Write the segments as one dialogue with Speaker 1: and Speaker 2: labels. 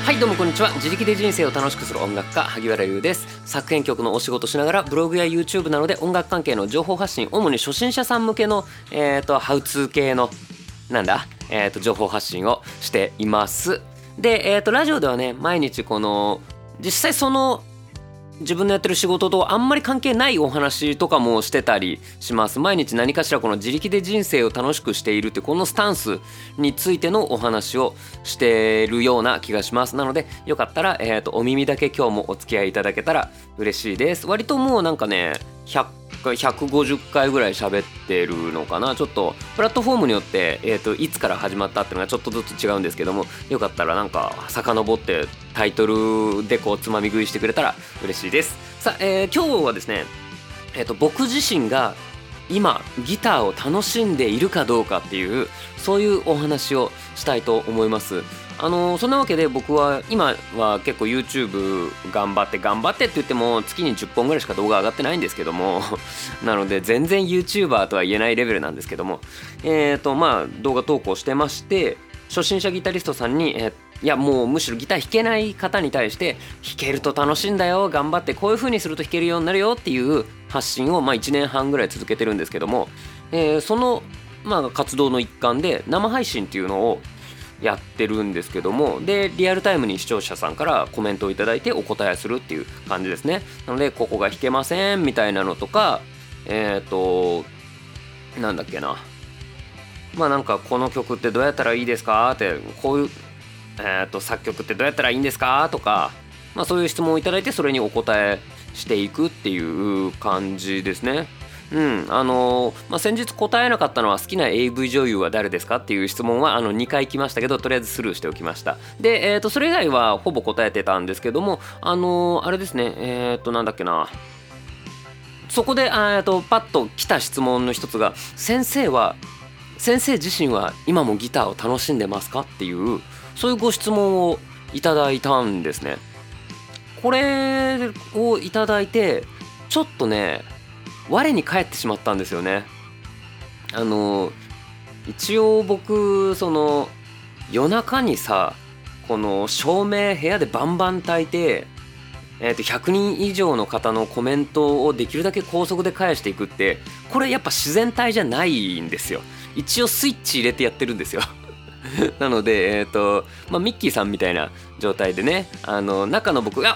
Speaker 1: はい、どうもこんにちは。自力で人生を楽しくする音楽家萩原優です。作編曲のお仕事しながらブログや YouTube などで音楽関係の情報発信、主に初心者さん向けのハウツー系の情報発信をしています。で、ラジオではね、毎日この実際その自分のやってる仕事とあんまり関係ないお話とかもしてたりします。毎日何かしらこの自力で人生を楽しくしているってこのスタンスについてのお話をしているような気がします。なのでよかったら、お耳だけ今日もお付き合いいただけたら嬉しいです。割ともうなんかね150回ぐらい喋ってるのかな。ちょっとプラットフォームによって、いつから始まったっていうのがちょっとずつ違うんですけども、よかったらなんか遡ってタイトルでこうつまみ食いしてくれたら嬉しいです。さあ、今日はですね、僕自身が今ギターを楽しんでいるかどうかっていうそういうお話をしたいと思います。そんなわけで僕は今は結構 YouTube 頑張ってって言っても月に10本ぐらいしか動画上がってないんですけどもなので全然 YouTuber とは言えないレベルなんですけども、動画投稿してまして、初心者ギタリストさんに、いやもうむしろギター弾けない方に対して弾けると楽しいんだよ、頑張ってこういう風にすると弾けるようになるよっていう発信を1年半ぐらい続けてるんですけども、その活動の一環で生配信っていうのをやってるんですけども、でリアルタイムに視聴者さんからコメントをいただいてお答えするっていう感じですね。なのでここが弾けませんみたいなのとか、なんだっけな、なんかこの曲ってどうやったらいいですかって、こういう作曲ってどうやったらいいんですかとか、そういう質問をいただいてそれにお答えしていくっていう感じですね。先日答えなかったのは好きな AV 女優は誰ですかっていう質問は2回来ましたけど、とりあえずスルーしておきました。で、それ以外はほぼ答えてたんですけども、あれですね、なんだっけな、そこでパッと来た質問の一つが、先生自身は今もギターを楽しんでますかっていう、そういうご質問をいただいたんですね。これをいただいてちょっとね我に返ってしまったんですよね。一応僕その夜中にさ、この照明部屋でバンバン焚いて、100人以上の方のコメントをできるだけ高速で返していくって、これやっぱ自然体じゃないんですよ。一応スイッチ入れてやってるんですよなのでミッキーさんみたいな状態でね、中の僕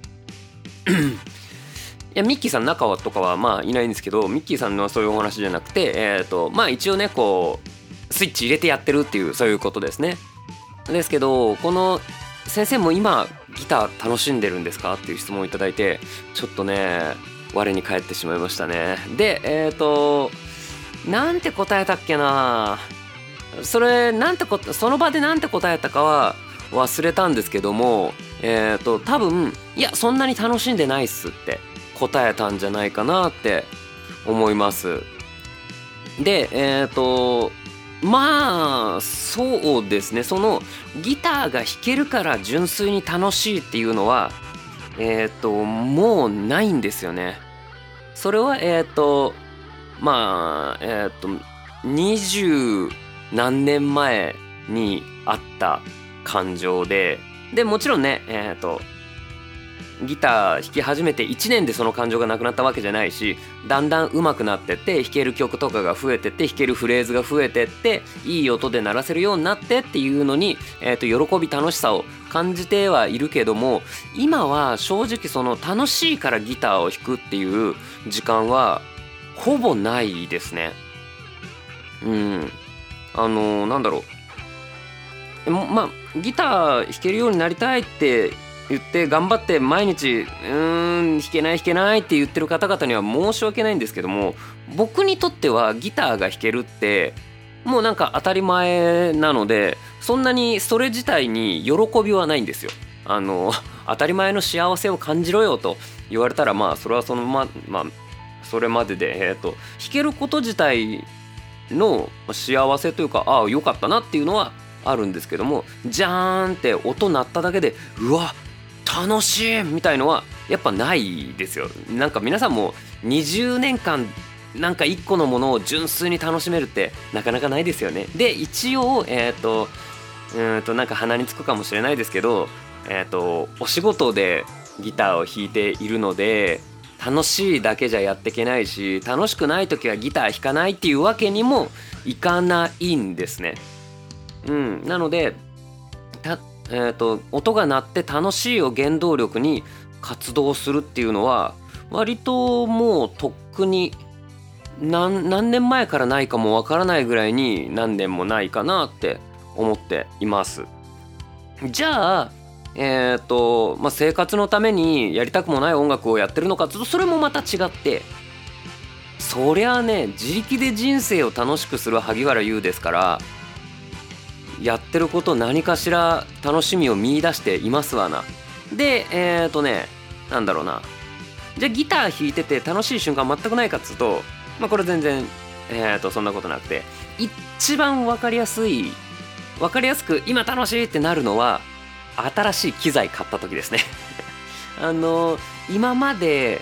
Speaker 1: いやミッキーさん中とかはいないんですけど、ミッキーさんのはそういうお話じゃなくて、一応ねこうスイッチ入れてやってるっていうそういうことですね。ですけど、この先生も今ギター楽しんでるんですかっていう質問をいただいて、ちょっとね我に返ってしまいましたね。でなんて答えたっけな、その場でなんて答えたかは忘れたんですけども、多分いやそんなに楽しんでないっすって答えたんじゃないかなって思います。でそうですね、そのギターが弾けるから純粋に楽しいっていうのはもうないんですよね。それは20何年前にあった感情でもちろんねギター弾き始めて1年でその感情がなくなったわけじゃないし、だんだん上手くなってって弾ける曲とかが増えてって弾けるフレーズが増えてっていい音で鳴らせるようになってっていうのに、喜び楽しさを感じてはいるけども、今は正直その楽しいからギターを弾くっていう時間はほぼないですね。なんだろう、ギター弾けるようになりたいって言って頑張って毎日弾けないって言ってる方々には申し訳ないんですけども、僕にとってはギターが弾けるってもうなんか当たり前なので、そんなにそれ自体に喜びはないんですよ。当たり前の幸せを感じろよと言われたらそれはそれまでで弾けること自体の幸せというか、良かったなっていうのはあるんですけども、ジャーンって音鳴っただけでうわ楽しいみたいのはやっぱないですよ。なんか皆さんも20年間なんか1個のものを純粋に楽しめるってなかなかないですよね。で一応なんか鼻につくかもしれないですけど、 お仕事でギターを弾いているので、楽しいだけじゃやっていけないし、楽しくない時はギター弾かないっていうわけにもいかないんですね。なので音が鳴って楽しいを原動力に活動するっていうのは割ともうとっくに何年前からないかもわからないぐらいに何年もないかなって思っています。じゃあ生活のためにやりたくもない音楽をやってるのかっていうと、それもまた違って、そりゃね、自力で人生を楽しくする萩原優ですから、やってること何かしら楽しみを見出していますわな。でなんだろうな、じゃあギター弾いてて楽しい瞬間全くないかっつうと、これ全然そんなことなくて、一番分かりやすく今楽しいってなるのは新しい機材買った時ですね今まで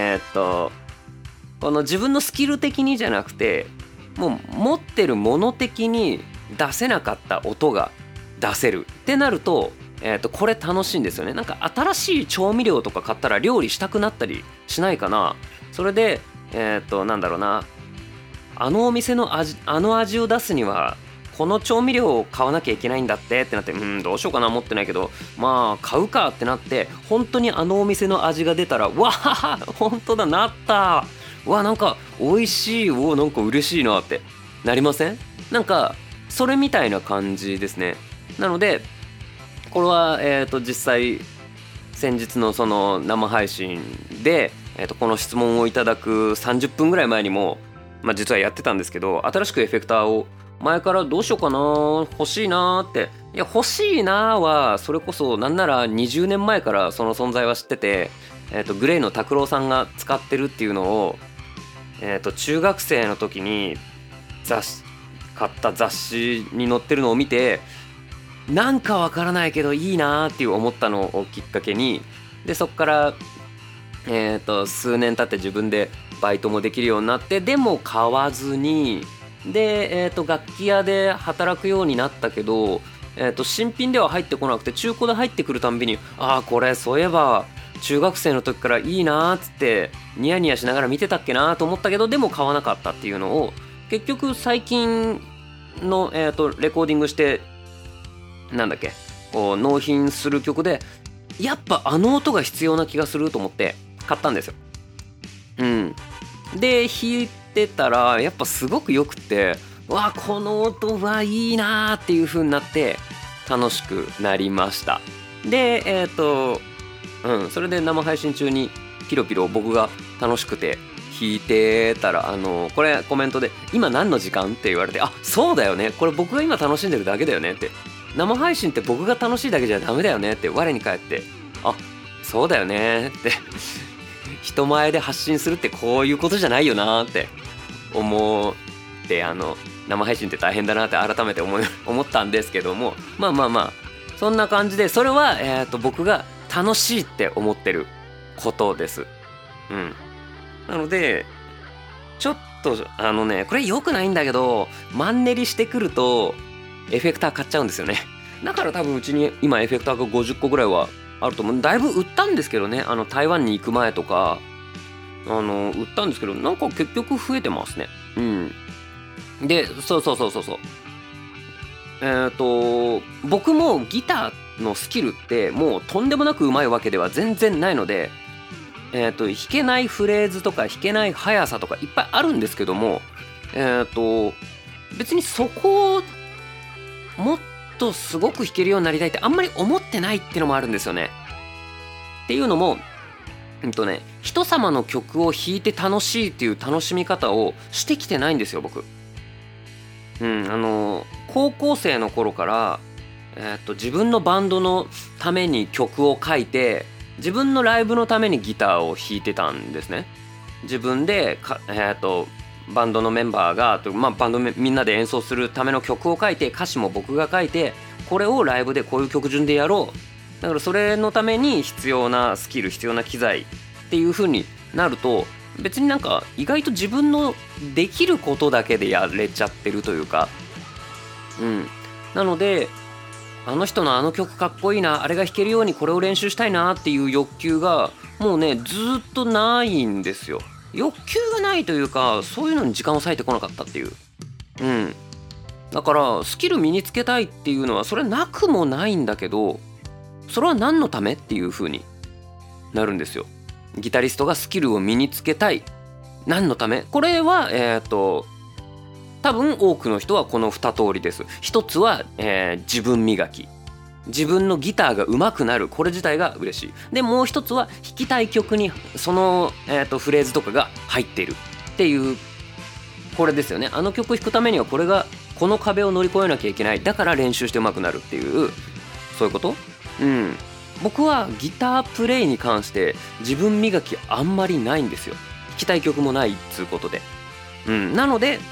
Speaker 1: この自分のスキル的にじゃなくて、もう持ってるもの的に出せなかった音が出せるってなると、これ楽しいんですよね。なんか新しい調味料とか買ったら料理したくなったりしないかな。それでなんだろうな、あのお店の味、あの味を出すにはこの調味料を買わなきゃいけないんだってなって、どうしようかな、持ってないけど買うかってなって、本当にあのお店の味が出たら、わあ本当だ、なった、なんか美味しい、なんか嬉しいなってなりません？なんかそれみたいな感じですね。なのでこれは実際先日のその生配信で、この質問をいただく30分ぐらい前にも、実はやってたんですけど、新しくエフェクターを前からどうしようかな、欲しいなって、いや欲しいなはそれこそなんなら20年前からその存在は知ってて、グレイの拓郎さんが使ってるっていうのを、中学生の時に買った雑誌に載ってるのを見て、なんかわからないけどいいなっていう思ったのをきっかけに、でそっから数年経って自分でバイトもできるようになって、でも買わずに、で楽器屋で働くようになったけど、新品では入ってこなくて中古で入ってくるたんびに、これそういえば中学生の時からいいなーっつってニヤニヤしながら見てたっけなと思ったけど、でも買わなかったっていうのを結局最近の、レコーディングしてこう納品する曲で、やっぱあの音が必要な気がすると思って買ったんですよ。で弾いてたらやっぱすごくよくて、この音はいいなっていう風になって楽しくなりました。でそれで生配信中にピロピロ僕が楽しくて弾いてたら、これコメントで今何の時間って言われて、そうだよね、これ僕が今楽しんでるだけだよねって、生配信って僕が楽しいだけじゃダメだよねって我に返って、そうだよねって人前で発信するってこういうことじゃないよなって思って、生配信って大変だなって改めて思ったんですけども、そんな感じで、それは、僕が楽しいって思ってることです。なのでちょっとこれ良くないんだけど、マンネリしてくるとエフェクター買っちゃうんですよね。だから多分うちに今エフェクターが50個ぐらいはあると思う。だいぶ売ったんですけどね、台湾に行く前とか売ったんですけど、なんか結局増えてますね。でそう僕もギターのスキルってもうとんでもなく上手いわけでは全然ないので、弾けないフレーズとか弾けない速さとかいっぱいあるんですけども、別にそこをもっとすごく弾けるようになりたいってあんまり思ってないっていうのもあるんですよね。っていうのも人様の曲を弾いて楽しいっていう楽しみ方をしてきてないんですよ僕。高校生の頃から、自分のバンドのために曲を書いて、自分のライブのためにギターを弾いてたんですね。自分でバンドのメンバーが、バンドみんなで演奏するための曲を書いて、歌詞も僕が書いて、これをライブでこういう曲順でやろう、だからそれのために必要なスキル、必要な機材っていう風になると、別になんか意外と自分のできることだけでやれちゃってるというか、なのであの人のあの曲かっこいいな、あれが弾けるようにこれを練習したいなっていう欲求がもうねずっとないんですよ。欲求がないというか、そういうのに時間を割いてこなかったっていう。だからスキル身につけたいっていうのはそれなくもないんだけど、それは何のためっていう風になるんですよ。ギタリストがスキルを身につけたい、何のため？これは多分多くの人はこの2通りです。一つは、自分磨き、自分のギターが上手くなる、これ自体が嬉しい。でもう一つは弾きたい曲にその、フレーズとかが入っているっていう、これですよね。あの曲弾くためにはこの壁を乗り越えなきゃいけない、だから練習して上手くなるっていう、そういうこと。僕はギタープレイに関して自分磨きあんまりないんですよ。弾きたい曲もないっつうことで。なので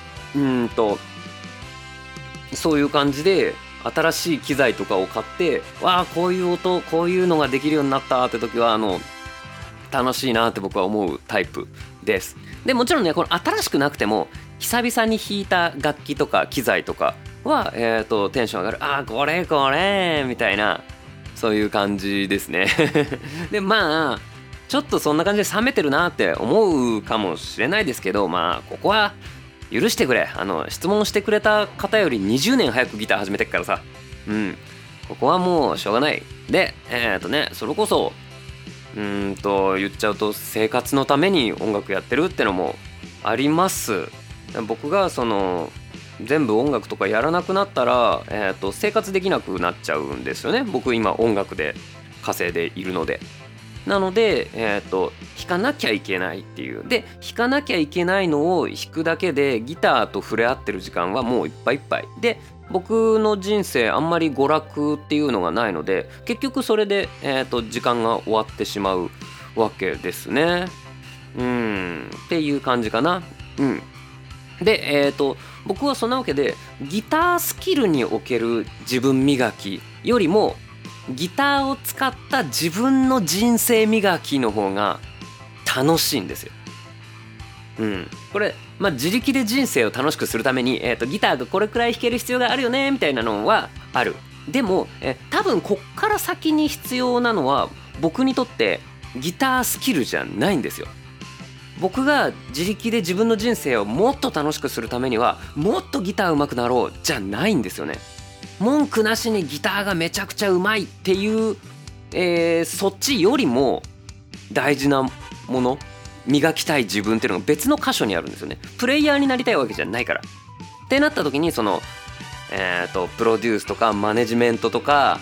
Speaker 1: そういう感じで新しい機材とかを買って、わあこういう音、こういうのができるようになったって時は楽しいなって僕は思うタイプです。でもちろんね、この新しくなくても久々に弾いた楽器とか機材とかはテンション上がる、あーこれみたいな、そういう感じですねでまあちょっとそんな感じで冷めてるなって思うかもしれないですけど、まあここは許してくれ。質問してくれた方より20年早くギター始めてっからさ、ここはもうしょうがない。でそれこそ言っちゃうと生活のために音楽やってるってのもあります。僕が全部音楽とかやらなくなったら、生活できなくなっちゃうんですよね。僕今音楽で稼いでいるので。なので、弾かなきゃいけないっていう。で弾かなきゃいけないのを弾くだけでギターと触れ合ってる時間はもういっぱいいっぱいで、僕の人生あんまり娯楽っていうのがないので、結局それで、時間が終わってしまうわけですね。っていう感じかな。で僕はそんなわけでギタースキルにおける自分磨きよりもギターを使った自分の人生磨きの方が楽しいんですよ。これ自力で人生を楽しくするために、ギターがこれくらい弾ける必要があるよねみたいなのはある。でも多分こっから先に必要なのは僕にとってギタースキルじゃないんですよ。僕が自力で自分の人生をもっと楽しくするためにはもっとギター上手くなろうじゃないんですよね。文句なしにギターがめちゃくちゃうまいっていう、そっちよりも大事なもの、磨きたい自分っていうのが別の箇所にあるんですよね。プレイヤーになりたいわけじゃないからってなった時にプロデュースとかマネジメントとか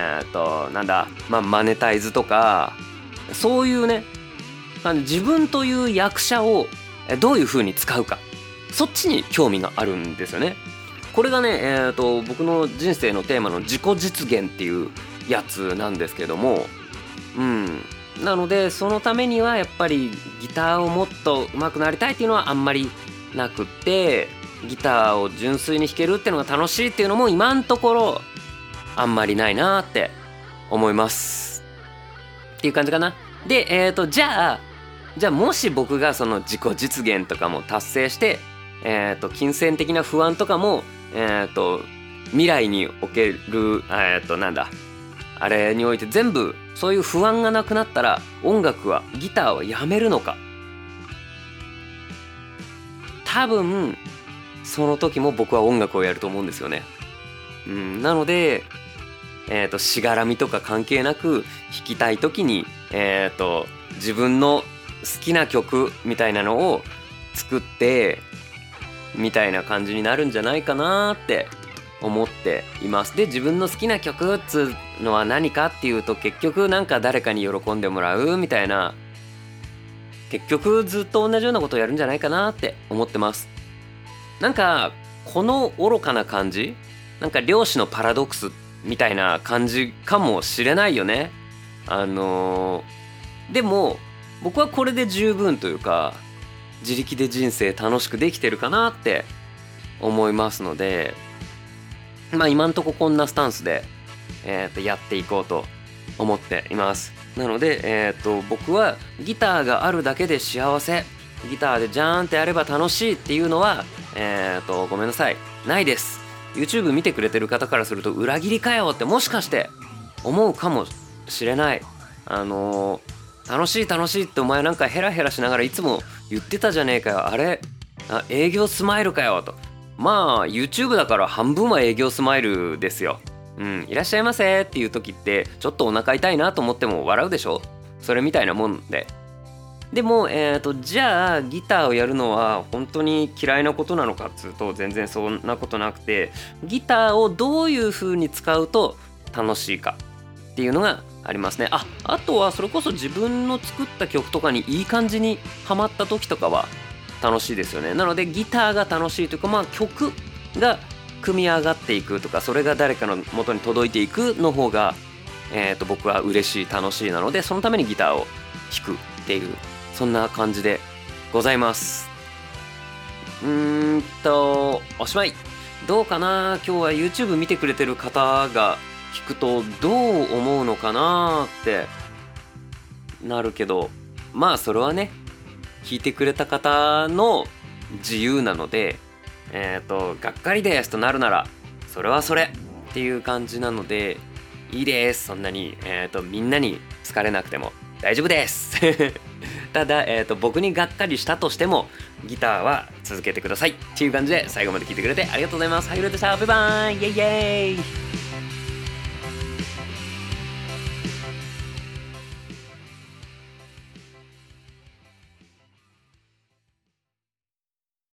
Speaker 1: マネタイズとかそういうね自分という役者をどういう風に使うか、そっちに興味があるんですよね。これがね、僕の人生のテーマの自己実現っていうやつなんですけども、なのでそのためにはやっぱりギターをもっと上手くなりたいっていうのはあんまりなくって、ギターを純粋に弾けるっていうのが楽しいっていうのも今のところあんまりないなって思いますっていう感じかな。でじゃあもし僕がその自己実現とかも達成して金銭的な不安とかも未来におけるあれにおいて全部そういう不安がなくなったらギターはやめるのか。多分その時も僕は音楽をやると思うんですよね。なのでしがらみとか関係なく弾きたい時に自分の好きな曲みたいなのを作ってみたいな感じになるんじゃないかなって思っています。で自分の好きな曲っつうのは何かっていうと、結局誰かに喜んでもらうみたいな、結局ずっと同じようなことをやるんじゃないかなって思ってます。この愚かな感じ、漁師のパラドックスみたいな感じかもしれないよね。でも僕はこれで十分というか、自力で人生楽しくできてるかなって思いますので、今んとここんなスタンスで、やっていこうと思っています。なので、僕はギターがあるだけで幸せ、ギターでジャーンってやれば楽しいっていうのは、ごめんなさい、ないです。 YouTube 見てくれてる方からすると裏切りかよってもしかして思うかもしれない。楽しい楽しいってお前なんかヘラヘラしながらいつも言ってたじゃねえかよ、あれ営業スマイルかよと。まあ YouTube だから半分は営業スマイルですよ。いらっしゃいませっていう時ってちょっとお腹痛いなと思っても笑うでしょ。それみたいなもんで。でもじゃあギターをやるのは本当に嫌いなことなのかっつうと全然そんなことなくて、ギターをどういう風に使うと楽しいかっていうのがありますね。あとはそれこそ自分の作った曲とかにいい感じにハマった時とかは楽しいですよね。なのでギターが楽しいというか、まあ曲が組み上がっていくとか、それが誰かの元に届いていくの方が僕は嬉しい楽しいなので、そのためにギターを弾くっていう、そんな感じでございます。おしまい。どうかな、今日は YouTube 見てくれてる方が聞くとどう思うのかなってなるけど、まあそれはね聞いてくれた方の自由なので、がっかりですとなるならそれはそれっていう感じなのでいいです。そんなにみんなに好かれなくても大丈夫ですただ、僕にがっかりしたとしてもギターは続けてくださいっていう感じで、最後まで聞いてくれてありがとうございます。はゆるでした。バイバイ。イエイイエイ。